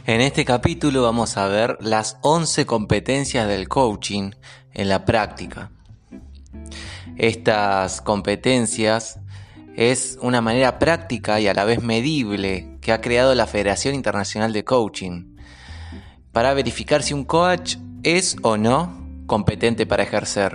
En este capítulo vamos a ver las 11 competencias del coaching en la práctica. Estas competencias es una manera práctica y a la vez medible que ha creado la Federación Internacional de Coaching para verificar si un coach es o no competente para ejercer.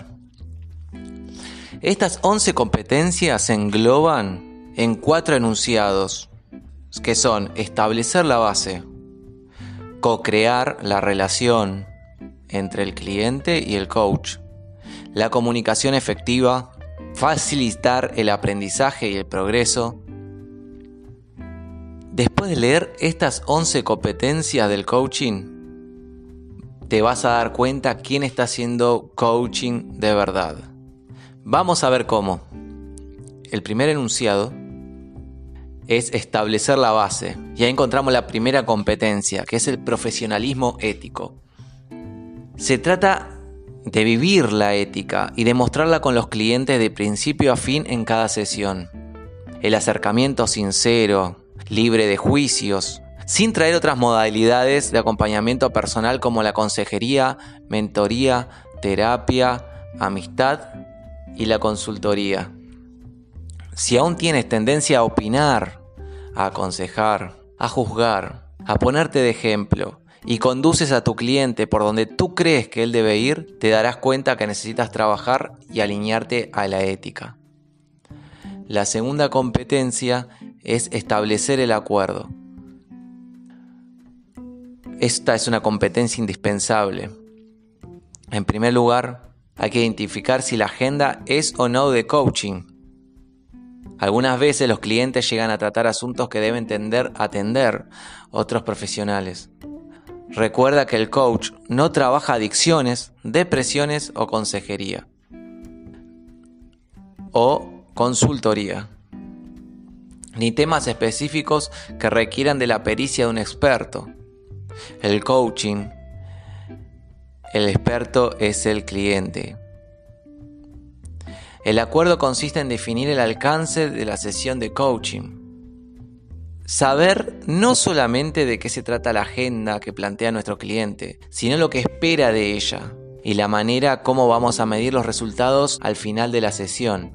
Estas 11 competencias se engloban en 4 enunciados, que son establecer la base, co-crear la relación entre el cliente y el coach, la comunicación efectiva, facilitar el aprendizaje y el progreso. Después de leer estas 11 competencias del coaching, te vas a dar cuenta quién está haciendo coaching de verdad. Vamos a ver cómo. El primer enunciado es establecer la base. Y ahí encontramos la primera competencia, que es el profesionalismo ético. Se trata de vivir la ética y demostrarla con los clientes de principio a fin en cada sesión. El acercamiento sincero, libre de juicios, sin traer otras modalidades de acompañamiento personal como la consejería, mentoría, terapia, amistad y la consultoría. Si aún tienes tendencia a opinar, a aconsejar, a juzgar, a ponerte de ejemplo y conduces a tu cliente por donde tú crees que él debe ir, te darás cuenta que necesitas trabajar y alinearte a la ética. La segunda competencia es establecer el acuerdo. Esta es una competencia indispensable. En primer lugar, hay que identificar si la agenda es o no de coaching. Algunas veces los clientes llegan a tratar asuntos que deben atender otros profesionales. Recuerda que el coach no trabaja adicciones, depresiones o consejería o consultoría, ni temas específicos que requieran de la pericia de un experto. El coaching, el experto es el cliente. El acuerdo consiste en definir el alcance de la sesión de coaching. Saber no solamente de qué se trata la agenda que plantea nuestro cliente, sino lo que espera de ella y la manera como vamos a medir los resultados al final de la sesión.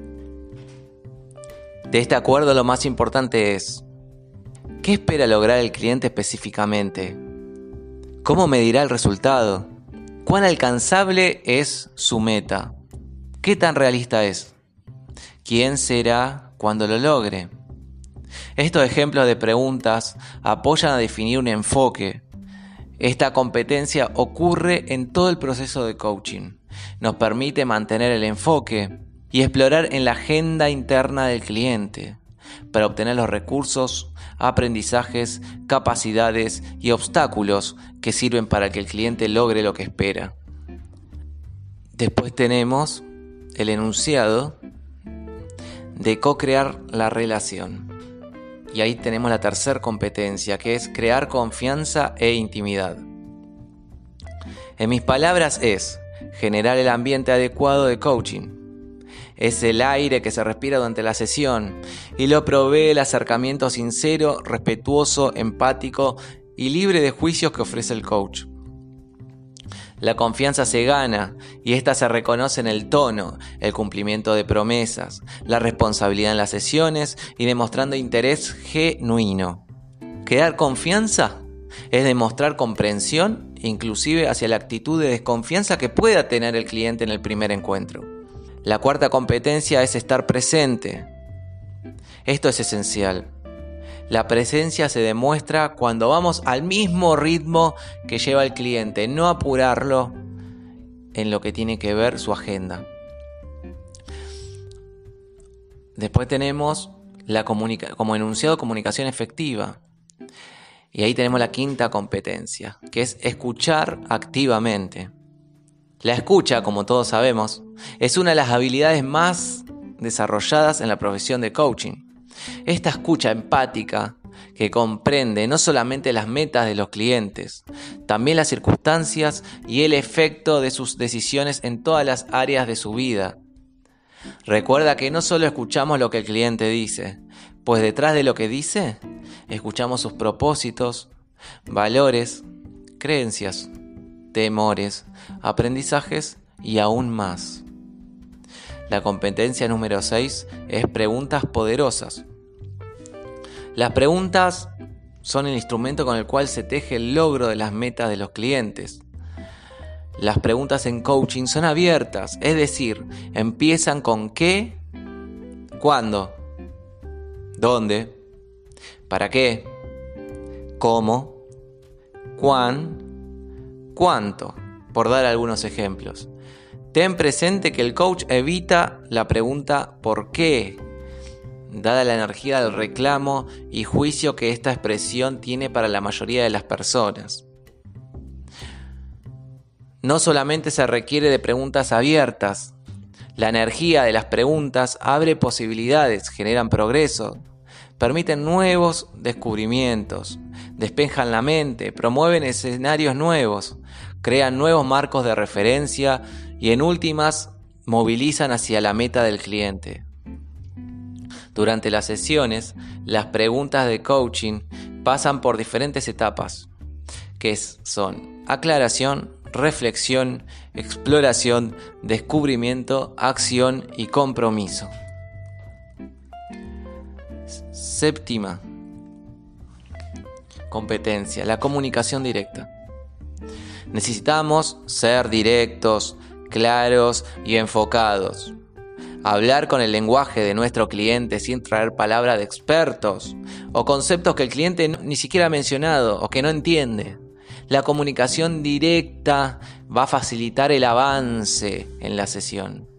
De este acuerdo lo más importante es: ¿qué espera lograr el cliente específicamente? ¿Cómo medirá el resultado? ¿Cuán alcanzable es su meta? ¿Qué tan realista es? ¿Quién será cuando lo logre? Estos ejemplos de preguntas apoyan a definir un enfoque. Esta competencia ocurre en todo el proceso de coaching. Nos permite mantener el enfoque y explorar en la agenda interna del cliente para obtener los recursos, aprendizajes, capacidades y obstáculos que sirven para que el cliente logre lo que espera. Después tenemos el enunciado de co-crear la relación. Y ahí tenemos la tercera competencia, que es crear confianza e intimidad. En mis palabras es generar el ambiente adecuado de coaching. Es el aire que se respira durante la sesión y lo provee el acercamiento sincero, respetuoso, empático y libre de juicios que ofrece el coach. La confianza se gana y esta se reconoce en el tono, el cumplimiento de promesas, la responsabilidad en las sesiones y demostrando interés genuino. Crear confianza es demostrar comprensión, inclusive hacia la actitud de desconfianza que pueda tener el cliente en el primer encuentro. La cuarta competencia es estar presente. Esto es esencial. La presencia se demuestra cuando vamos al mismo ritmo que lleva el cliente, no apurarlo en lo que tiene que ver su agenda. Después tenemos como enunciado comunicación efectiva. Y ahí tenemos la quinta competencia, que es escuchar activamente. La escucha, como todos sabemos, es una de las habilidades más desarrolladas en la profesión de coaching. Esta escucha empática que comprende no solamente las metas de los clientes, también las circunstancias y el efecto de sus decisiones en todas las áreas de su vida. Recuerda que no solo escuchamos lo que el cliente dice, pues detrás de lo que dice, escuchamos sus propósitos, valores, creencias, temores, aprendizajes y aún más. La competencia número 6 es preguntas poderosas. Las preguntas son el instrumento con el cual se teje el logro de las metas de los clientes. Las preguntas en coaching son abiertas, es decir, empiezan con ¿qué?, ¿cuándo?, ¿dónde?, ¿para qué?, ¿cómo?, ¿cuán?, ¿cuánto?, por dar algunos ejemplos. Ten presente que el coach evita la pregunta ¿por qué?, dada la energía del reclamo y juicio que esta expresión tiene para la mayoría de las personas. No solamente se requiere de preguntas abiertas, la energía de las preguntas abre posibilidades, generan progreso, permiten nuevos descubrimientos, despejan la mente, promueven escenarios nuevos, crean nuevos marcos de referencia y en últimas movilizan hacia la meta del cliente. Durante las sesiones, las preguntas de coaching pasan por diferentes etapas, que son aclaración, reflexión, exploración, descubrimiento, acción y compromiso. Séptima competencia, la comunicación directa. Necesitamos ser directos, claros y enfocados. Hablar con el lenguaje de nuestro cliente sin traer palabras de expertos o conceptos que el cliente ni siquiera ha mencionado o que no entiende. La comunicación directa va a facilitar el avance en la sesión.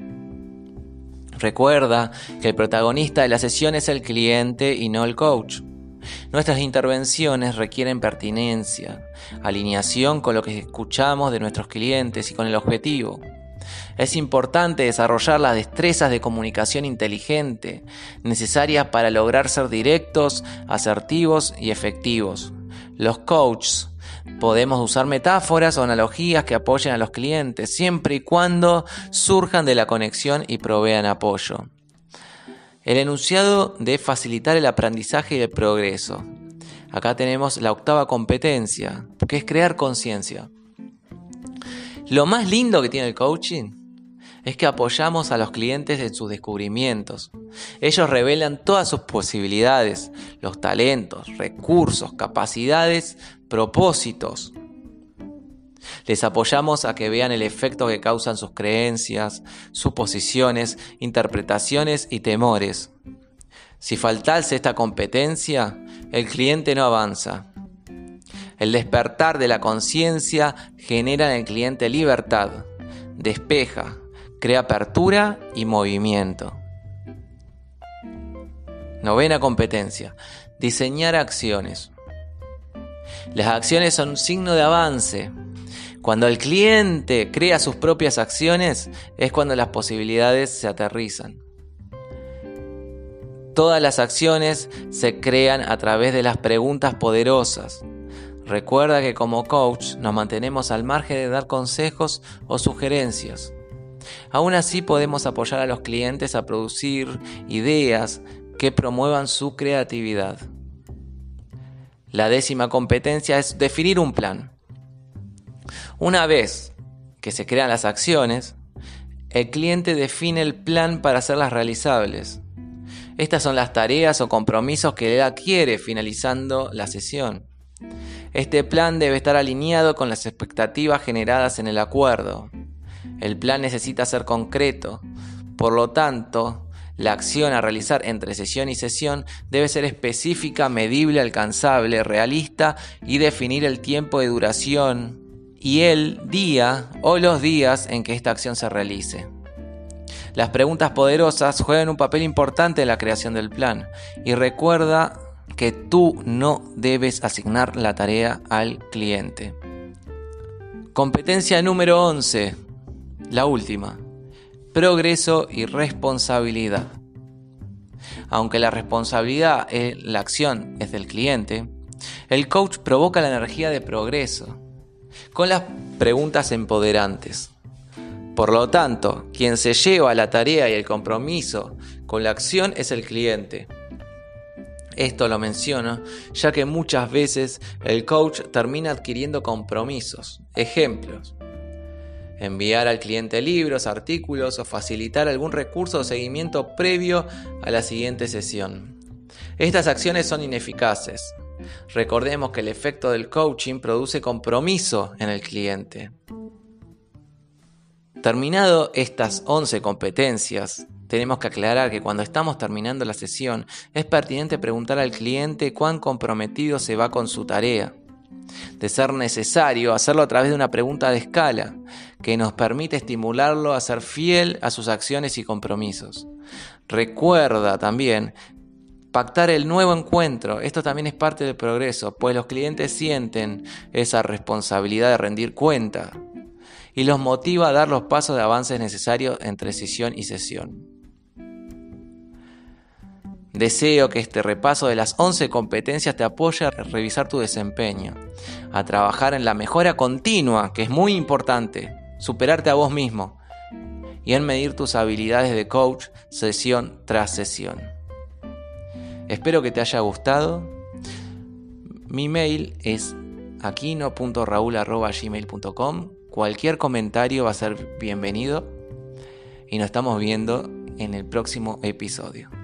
Recuerda que el protagonista de la sesión es el cliente y no el coach. Nuestras intervenciones requieren pertinencia, alineación con lo que escuchamos de nuestros clientes y con el objetivo. Es importante desarrollar las destrezas de comunicación inteligente necesarias para lograr ser directos, asertivos y efectivos. Los coaches podemos usar metáforas o analogías que apoyen a los clientes, siempre y cuando surjan de la conexión y provean apoyo. El enunciado de facilitar el aprendizaje y el progreso. Acá tenemos la octava competencia, que es crear conciencia. Lo más lindo que tiene el coaching es que apoyamos a los clientes en sus descubrimientos. Ellos revelan todas sus posibilidades, los talentos, recursos, capacidades, propósitos. Les apoyamos a que vean el efecto que causan sus creencias, suposiciones, interpretaciones y temores. Si faltase esta competencia, el cliente no avanza. El despertar de la conciencia genera en el cliente libertad, despeja, crea apertura y movimiento. Novena competencia, diseñar acciones. Las acciones son un signo de avance. Cuando el cliente crea sus propias acciones, es cuando las posibilidades se aterrizan. Todas las acciones se crean a través de las preguntas poderosas. Recuerda que como coach nos mantenemos al margen de dar consejos o sugerencias. Aún así podemos apoyar a los clientes a producir ideas que promuevan su creatividad. La décima competencia es definir un plan. Una vez que se crean las acciones, el cliente define el plan para hacerlas realizables. Estas son las tareas o compromisos que él adquiere finalizando la sesión. Este plan debe estar alineado con las expectativas generadas en el acuerdo. El plan necesita ser concreto, por lo tanto, la acción a realizar entre sesión y sesión debe ser específica, medible, alcanzable, realista y definir el tiempo de duración y el día o los días en que esta acción se realice. Las preguntas poderosas juegan un papel importante en la creación del plan y recuerda que tú no debes asignar la tarea al cliente. Competencia número 11, la última, progreso y responsabilidad. Aunque la responsabilidad en la acción es del cliente, el coach provoca la energía de progreso con las preguntas empoderantes. Por lo tanto, quien se lleva la tarea y el compromiso con la acción es el cliente. Esto lo menciono ya que muchas veces el coach termina adquiriendo compromisos. Ejemplos: enviar al cliente libros, artículos o facilitar algún recurso o seguimiento previo a la siguiente sesión. Estas acciones son ineficaces. Recordemos que el efecto del coaching produce compromiso en el cliente. Terminado estas 11 competencias, tenemos que aclarar que cuando estamos terminando la sesión es pertinente preguntar al cliente cuán comprometido se va con su tarea. De ser necesario, hacerlo a través de una pregunta de escala que nos permite estimularlo a ser fiel a sus acciones y compromisos. Recuerda también pactar el nuevo encuentro. Esto también es parte del progreso, pues los clientes sienten esa responsabilidad de rendir cuenta y los motiva a dar los pasos de avances necesarios entre sesión y sesión. Deseo que este repaso de las 11 competencias te apoye a revisar tu desempeño, a trabajar en la mejora continua, que es muy importante, superarte a vos mismo, y en medir tus habilidades de coach sesión tras sesión. Espero que te haya gustado. Mi mail es aquino.raul@gmail.com. Cualquier comentario va a ser bienvenido y nos estamos viendo en el próximo episodio.